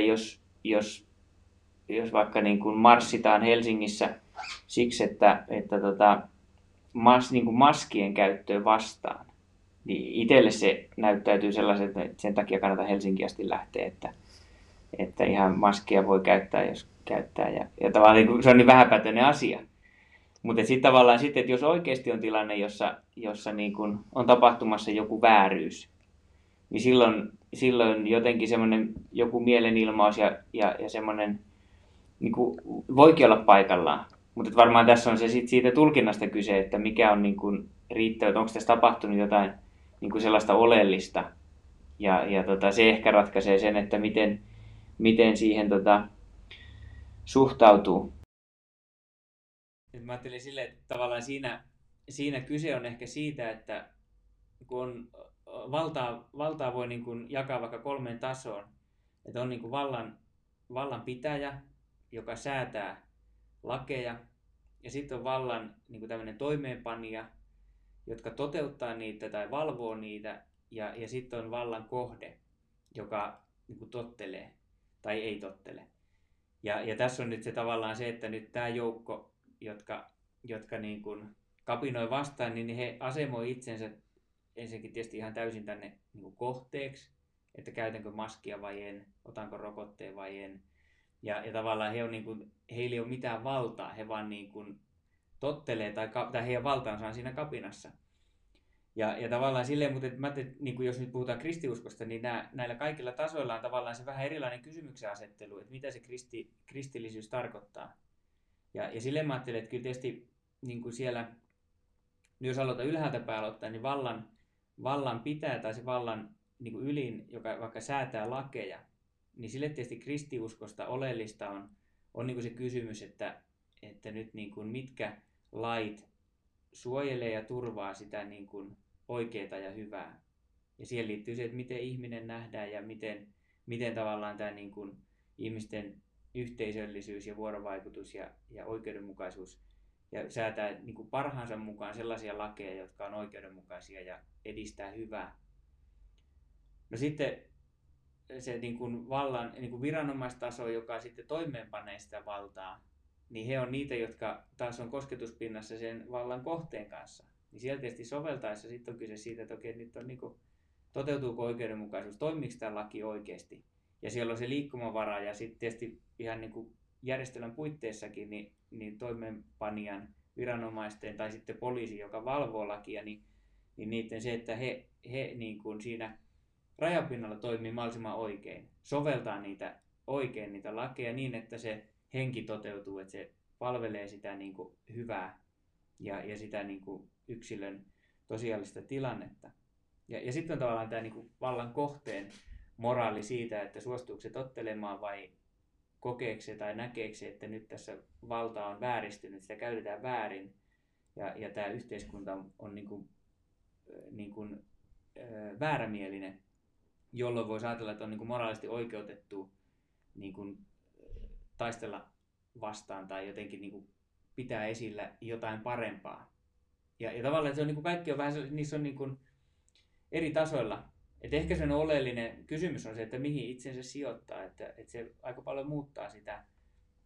S2: jos vaikka niin kuin marssitaan Helsingissä siksi, että niin kuin maskien käyttöä vastaan, niin itselle se näyttäytyy sellaiselta, että sen takia kannattaa Helsinkiin asti lähteä, että ihan maskia voi käyttää, jos käyttää. Ja tavallaan se on niin vähäpätöinen asia. Mutta sitten tavallaan sitten, että jos oikeasti on tilanne, jossa niin kun on tapahtumassa joku vääryys, niin silloin jotenkin semmoinen joku mielenilmaus ja semmoinen niin kuin voikin olla paikallaan. Mutta varmaan tässä on se siitä tulkinnasta kyse, että mikä on niin kuin riittävä, onko tässä tapahtunut jotain niin kuin sellaista oleellista. Ja se ehkä ratkaisee sen, että miten siihen suhtautuu. Mä ajattelin silleen, että tavallaan siinä kyse on ehkä siitä, että kun valtaa voi niin kuin jakaa vaikka 3 tasoon, että on niin kuin vallan pitäjä, joka säätää lakeja, ja sitten on vallan niin kuin tämmöinen toimeenpanija, jotka toteuttaa niitä tai valvoo niitä, ja sitten on vallan kohde, joka niin kuin tottelee tai ei tottele. Ja tässä on nyt se tavallaan se, että nyt tämä joukko, jotka niin kuin kapinoi vastaan, niin he asemoi itsensä ensinnäkin tietysti ihan täysin tänne niin kuin kohteeksi, että käytänkö maskia vai en, otanko rokotteen vai en. Ja tavallaan heillä ei ole mitään valtaa, he vaan niin kuin tottelee tai heidän valtaansa on siinä kapinassa. Ja tavallaan silleen, mutta mä niin kuin jos nyt puhutaan kristiuskosta, niin näillä kaikilla tasoilla on tavallaan se vähän erilainen kysymyksen asettelu, että mitä se kristillisyys tarkoittaa. Ja silleen mä ajattelen, että kyllä tietysti niin kuin siellä, jos aloitan ylhäältä päin aloittaa, niin vallan pitää tai se vallan niin kuin ylin, joka vaikka säätää lakeja, niin sille tietysti kristiuskosta oleellista on niin kuin se kysymys, että nyt niin kuin mitkä lait suojelee ja turvaa sitä niin kuin oikeaa ja hyvää. Ja siihen liittyy se, että miten ihminen nähdään ja miten tavallaan tämä niin kuin ihmisten yhteisöllisyys ja vuorovaikutus ja oikeudenmukaisuus ja säätää niin kuin parhaansa mukaan sellaisia lakeja, jotka on oikeudenmukaisia ja edistää hyvää. No sitten se niin kuin vallan, niin kuin viranomaistaso, joka sitten toimeenpanee sitä valtaa, niin he on niitä, jotka taas on kosketuspinnassa sen vallan kohteen kanssa. Niin siellä tietysti soveltaessa sitten on kyse siitä, että okei, nyt on niin kuin, toteutuuko oikeudenmukaisuus, toimiiko tämä laki oikeasti. Ja siellä on se liikkumavara ja sitten tietysti ihan niin kuin järjestelmän puitteissakin niin toimeenpanijan viranomaisten tai sitten poliisi, joka valvoo lakia, niin niiden se, että he niin kuin siinä rajapinnalla toimii mahdollisimman oikein, soveltaa oikein niitä lakeja niin, että se henki toteutuu, että se palvelee sitä niin kuin hyvää ja sitä niin kuin yksilön tosiaalista tilannetta. Ja sitten on tavallaan tämä niin kuin vallan kohteen moraali siitä, että suostuuko se tottelemaan vai kokeeko se tai näkeekö se, että nyt tässä valta on vääristynyt, sitä käytetään väärin ja tämä yhteiskunta on niin kuin väärämielinen, jolloin voisi ajatella, että on niin kuin moraalisesti oikeutettu niin kuin taistella vastaan tai jotenkin niin kuin pitää esillä jotain parempaa. Ja tavallaan se on niin kuin kaikki on vähän, niissä on niin kuin eri tasoilla. Et ehkä sen oleellinen kysymys on se, että mihin itsensä sijoittaa, että se aika paljon muuttaa sitä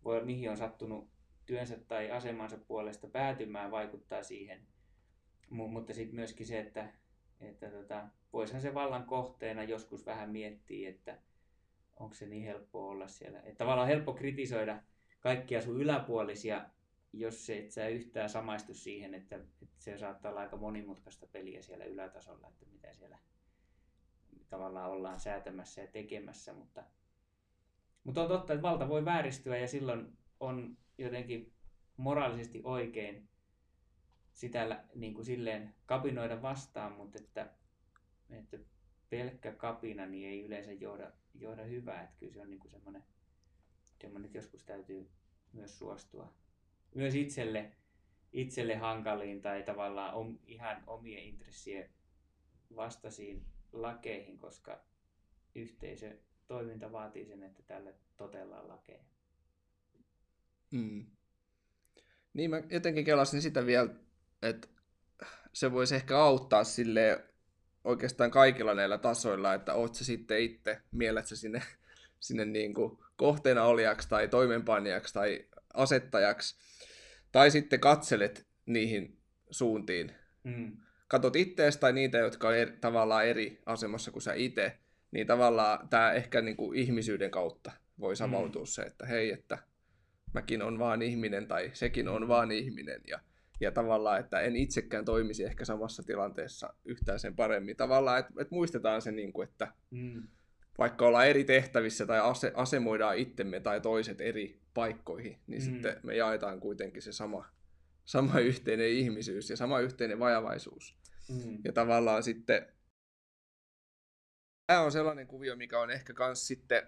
S2: mihin on sattunut työnsä tai asemansa puolesta päätymään, vaikuttaa siihen. Mutta sitten myöskin se, että voisihan se vallan kohteena joskus vähän miettiä, että onko se niin helppo olla siellä. Että tavallaan on helppo kritisoida kaikkia sun yläpuolisia, jos et sä yhtään samaistu siihen, että se saattaa olla aika monimutkaista peliä siellä ylätasolla, että mitä siellä tavallaan ollaan säätämässä ja tekemässä. Mutta on totta, että valta voi vääristyä ja silloin on jotenkin moraalisesti oikein sitä niin kuin silleen kapinoida vastaan, mutta että pelkkä kapina niin ei yleensä johda hyvää. Että kyllä se on niin kuin semmoinen, että joskus täytyy myös suostua myös itselle hankaliin tai tavallaan ihan omien intressien vastaisiin lakeihin, koska yhteisötoiminta vaatii sen, että tälle totellaan lakeja.
S1: Mm. Niin mä jotenkin kelasin sitä vielä, että se voisi ehkä auttaa silleen oikeastaan kaikilla näillä tasoilla, että oot sä sitten itse, miellet sä sinne niin kuin kohteena olijaksi tai toimeenpanijaksi tai asettajaksi, tai sitten katselet niihin suuntiin. Katot ittees tai niitä, jotka on tavallaan eri asemassa kuin sä itse, niin tavallaan tämä ehkä niin kuin ihmisyyden kautta voi savautua se, että hei, että mäkin on vaan ihminen tai sekin on vaan ihminen ja tavallaan, että en itsekään toimisi ehkä samassa tilanteessa yhtään sen paremmin. Tavallaan, että muistetaan se, niin kuin, että vaikka ollaan eri tehtävissä tai asemoidaan itsemme tai toiset eri paikkoihin, niin sitten me jaetaan kuitenkin se sama yhteinen ihmisyys ja sama yhteinen vajavaisuus. Ja tavallaan sitten tämä on sellainen kuvio, mikä on ehkä myös sitten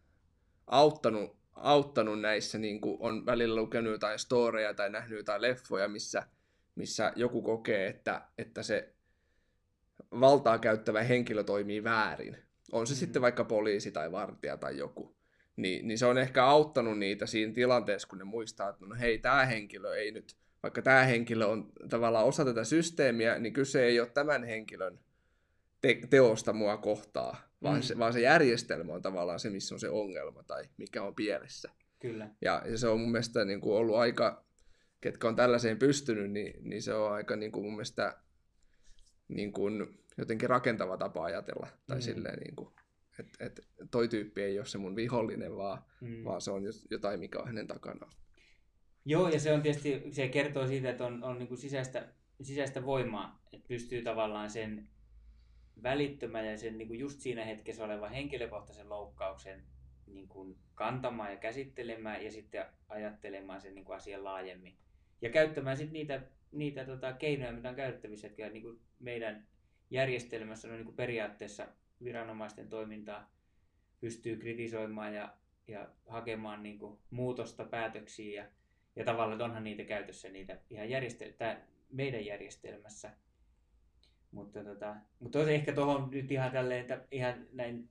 S1: auttanut näissä, niin kuin on välillä lukenut jotain storeja tai nähnyt jotain leffoja, missä joku kokee, että se valtaa käyttävä henkilö toimii väärin. On se sitten vaikka poliisi tai vartija tai joku. Niin se on ehkä auttanut niitä siinä tilanteessa, kun ne muistaa, että no hei, tämä henkilö ei nyt, vaikka tämä henkilö on tavallaan osa tätä systeemiä, niin kyse ei ole tämän henkilön teosta mua kohtaa, vaan se järjestelmä on tavallaan se, missä on se ongelma tai mikä on pielessä.
S2: Kyllä.
S1: Ja se on mun mielestä niin kuin ollut aika, ketkä on tällaiseen pystynyt, niin se on aika niin kuin mun mielestä niin kuin jotenkin rakentava tapa ajatella. Tai silleen, niin kuin, että toi tyyppi ei ole se mun vihollinen, vaan se on jotain, mikä on hänen takanaan.
S2: Joo, ja se on tietysti, se kertoo siitä, että on niin kuin sisäistä voimaa, että pystyy tavallaan sen välittömän ja sen niin kuin just siinä hetkessä olevan henkilökohtaisen loukkauksen niin kuin kantamaan ja käsittelemään ja sitten ajattelemaan sen niin kuin asian laajemmin. Ja käyttämään sitten niitä keinoja, mitä on käytettävissä, että niin kuin meidän järjestelmässä on niin kuin periaatteessa viranomaisten toimintaa pystyy kritisoimaan ja hakemaan niin kuin muutosta päätöksiin ja tavallaan onhan niitä käytössä niitä ihan meidän järjestelmässä. Mutta ehkä tuohon nyt ihan tälleen, että ihan näin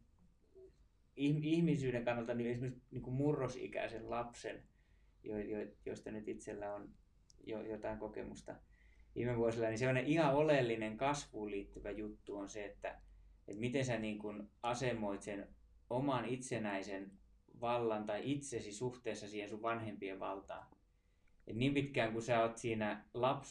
S2: ihmisyyden kannalta niin esimerkiksi niin kuin murrosikäisen lapsen, joista nyt itsellä on jotain kokemusta viime vuosilla, niin sellainen ihan oleellinen kasvuun liittyvä juttu on se, että miten sä niin kuin asemoit sen oman itsenäisen vallan tai itsesi suhteessa siihen sun vanhempien valtaan. Et niin pitkään kun sä oot siinä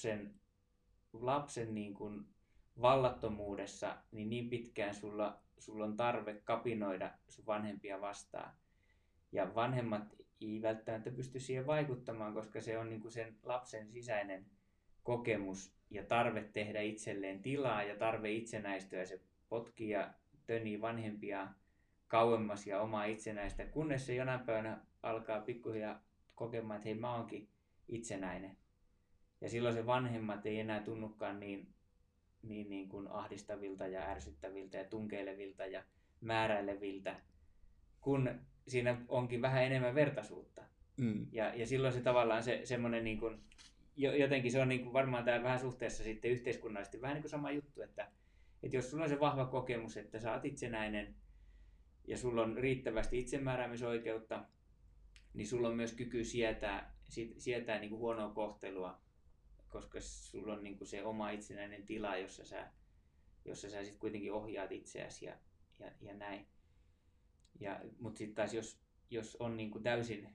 S2: lapsen niin kuin vallattomuudessa, niin pitkään sulla on tarve kapinoida sun vanhempia vastaan. Ja vanhemmat ei välttämättä pysty siihen vaikuttamaan, koska se on niin kuin sen lapsen sisäinen kokemus ja tarve tehdä itselleen tilaa ja tarve itsenäistyä. Ja se potkii ja tönii vanhempia kauemmas ja omaa itsenäistä, kunnes se jonain päivänä alkaa pikkuhiljaa kokemaan, että hei, mä oonkin itsenäinen. Ja silloin se vanhemmat ei enää tunnukaan niin kuin ahdistavilta ja ärsyttäviltä ja tunkeilevilta ja määräileviltä, kun siinä onkin vähän enemmän vertaisuutta. Ja silloin se tavallaan semmoinen niin kuin, jotenkin se on niin kuin varmaan täällä vähän suhteessa sitten yhteiskunnallisesti vähän niin kuin sama juttu, että jos sulla on se vahva kokemus, että sä oot itsenäinen ja sulla on riittävästi itsemääräämisoikeutta, niin sulla on myös kyky sietää niin kuin huonoa kohtelua, koska sulla on niin kuin se oma itsenäinen tila, jossa sä sit kuitenkin ohjaat itseäsi ja näin. Mutta sitten taas jos on niin kuin täysin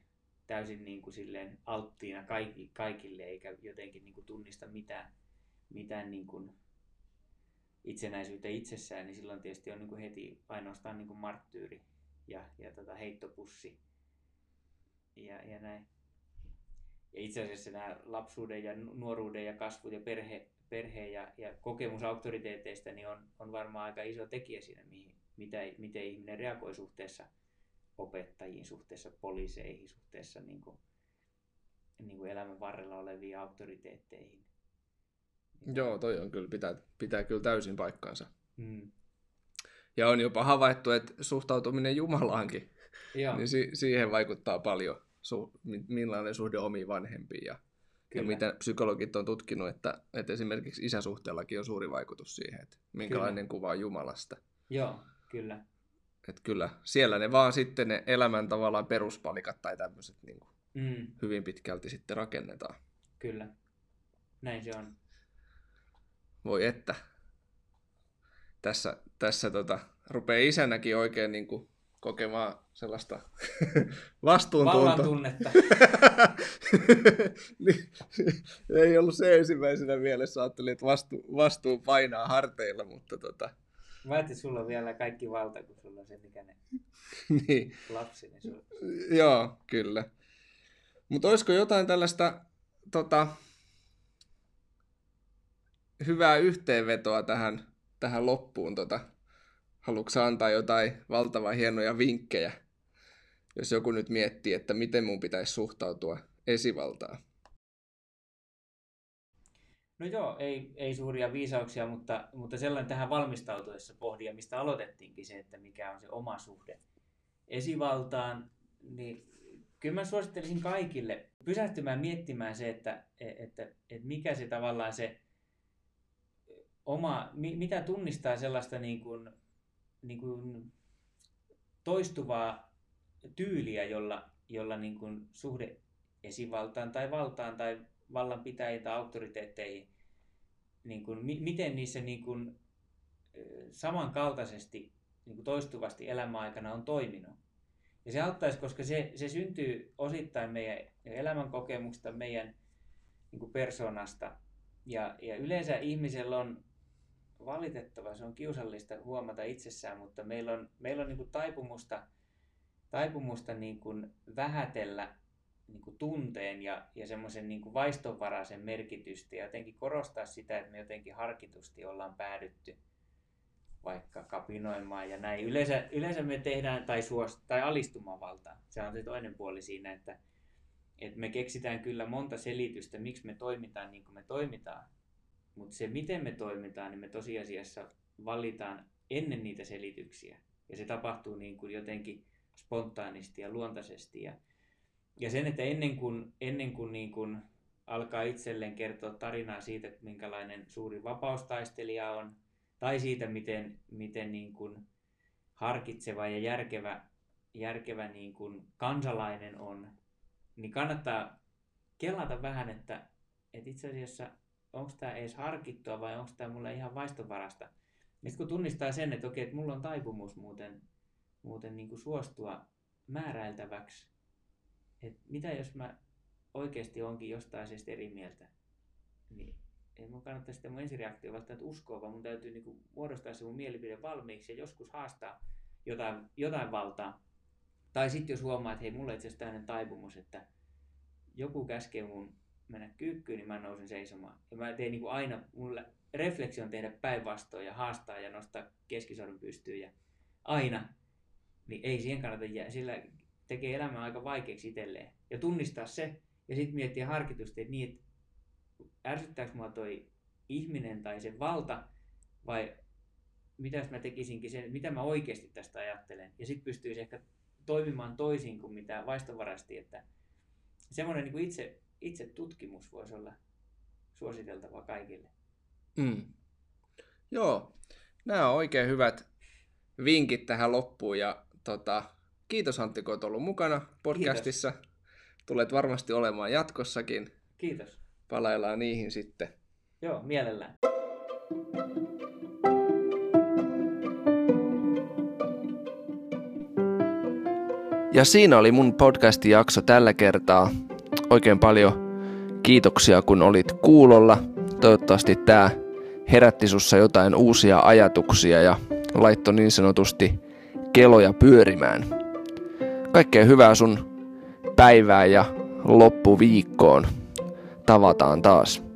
S2: täysin niin kuin silleen alttiina kaikille eikä jotenkin niin kuin tunnista mitään niin kuin itsenäisyyttä itsessään, niin silloin tietysti on niin kuin heti ainoastaan niin kuin marttyyri ja heittopussi ja näin. Ja itse asiassa nämä lapsuuden ja nuoruuden ja kasvun ja perhe ja kokemus auktoriteeteista niin on varmaan aika iso tekijä siinä, miten ihminen reagoi suhteessa opettajiin, suhteessa poliiseihin, suhteessa niin kuin elämän varrella oleviin auktoriteetteihin.
S1: Joo, toi on kyllä, pitää kyllä täysin paikkansa.
S2: Mm.
S1: Ja on jopa havaittu, että suhtautuminen Jumalaankin,
S2: Joo.
S1: niin siihen vaikuttaa paljon, millainen suhde omiin vanhempiin. Ja mitä psykologit on tutkinut, että esimerkiksi isäsuhteellakin on suuri vaikutus siihen, että minkälainen kuva on Jumalasta.
S2: Joo, kyllä.
S1: Että kyllä, siellä ne vaan sitten ne elämän tavallaan peruspalikat tai tämmöiset niin kuin hyvin pitkälti sitten rakennetaan.
S2: Kyllä, näin se on.
S1: Voi että. Tässä rupeaa isänäkin oikein niin kuin kokemaan sellaista vastuuntuntoa.
S2: Vallantunnetta.
S1: Ei ollut se ensimmäisenä mielessä. Ajattelin, että vastuu painaa harteilla, mutta
S2: Mä ajattelin, että sulla on vielä kaikki valta, kun sulla on sen ikäinen
S1: niin.
S2: lapsi. Niin
S1: Joo, kyllä. Mutta olisiko jotain tällaista hyvää yhteenvetoa tähän loppuun? Haluatko antaa jotain valtavan hienoja vinkkejä, jos joku nyt miettii, että miten mun pitäisi suhtautua esivaltaan?
S2: No joo, ei suuria viisauksia, mutta sellainen tähän valmistautuessa pohdia, mistä aloitettiinkin se, että mikä on se oma suhde esivaltaan, niin kyllä mä suosittelisin kaikille pysähtymään miettimään se, että mikä se tavallaan se mitä tunnistaa sellaista niin kuin toistuvaa tyyliä, jolla niin kuin suhde esivaltaan tai valtaan tai vallanpitäjiin tai auktoriteetteihin, niin kuin, miten niissä niin kuin, samankaltaisesti niin kuin toistuvasti elämäaikana on toiminut. Ja se auttaisi, koska se syntyy osittain meidän elämänkokemuksesta, meidän niin kuin persoonasta. Ja yleensä ihmisellä on valitettava, se on kiusallista huomata itsessään, mutta meillä on niin kuin taipumusta niin kuin vähätellä niin kuin tunteen ja semmoisen niin kuin vaistonvaraisen merkitystä ja jotenkin korostaa sitä, että me jotenkin harkitusti ollaan päädytty vaikka kapinoimaan ja näin. Yleensä me tehdään tai alistumaan valtaan. Se on se toinen puoli siinä, että me keksitään kyllä monta selitystä, miksi me toimitaan niin kuin me toimitaan. Mutta se, miten me toimitaan, niin me tosiasiassa valitaan ennen niitä selityksiä. Ja se tapahtuu niin kuin jotenkin spontaanisti ja luontaisesti. Ja sen, että ennen kuin, niin kuin alkaa itselleen kertoa tarinaa siitä, että minkälainen suuri vapaustaistelija on, tai siitä, miten niin kuin harkitseva ja järkevä niin kuin kansalainen on, niin kannattaa kelata vähän, että itse asiassa onko tämä edes harkittua vai onko tämä mulle ihan vaistonvarasta. Ja sitten kun tunnistaa sen, että okei, että mulla on taipumus muuten niin kuin suostua määräiltäväksi, että mitä jos mä oikeasti onkin jostain asiasta eri mieltä, niin ei mun kannata sitä mun ensireaktio välttämättä uskoa, vaan mun täytyy niin kuin muodostaa se mun mielipide valmiiksi ja joskus haastaa jotain valtaa. Tai sitten jos huomaa, että hei, mulla on itse asiassa tämmöinen taipumus, että joku käskee mun mennä kyykkyyn, niin mä nousen seisomaan. Ja mä teen niin kuin aina, mulla refleksi on tehdä päinvastoin ja haastaa ja nostaa keskisormen pystyyn ja aina, niin ei siihen kannata jää. Sillä tekee elämää aika vaikeaksi itselleen. Ja tunnistaa se ja sitten miettiä harkitusti, että niin, että ärsyttääkö mua toi ihminen tai se valta vai mitä jos mä tekisinkin sen, mitä mä oikeasti tästä ajattelen. Ja sitten pystyisi ehkä toimimaan toisin kuin mitä vaistonvarasti, että semmoinen niin kuin itse tutkimus voisi olla suositeltavaa kaikille.
S1: Joo, nämä on oikein hyvät vinkit tähän loppuun ja kiitos Antti, kun olet ollut mukana podcastissa. Kiitos. Tulet varmasti olemaan jatkossakin.
S2: Kiitos.
S1: Palaillaan niihin sitten.
S2: Joo, mielellään.
S1: Ja siinä oli mun podcastin jakso tällä kertaa. Oikein paljon kiitoksia, kun olit kuulolla. Toivottavasti tää herätti sussa jotain uusia ajatuksia ja laittoi niin sanotusti keloja pyörimään. Kaikkea hyvää sun päivään ja loppuviikkoon. Tavataan taas.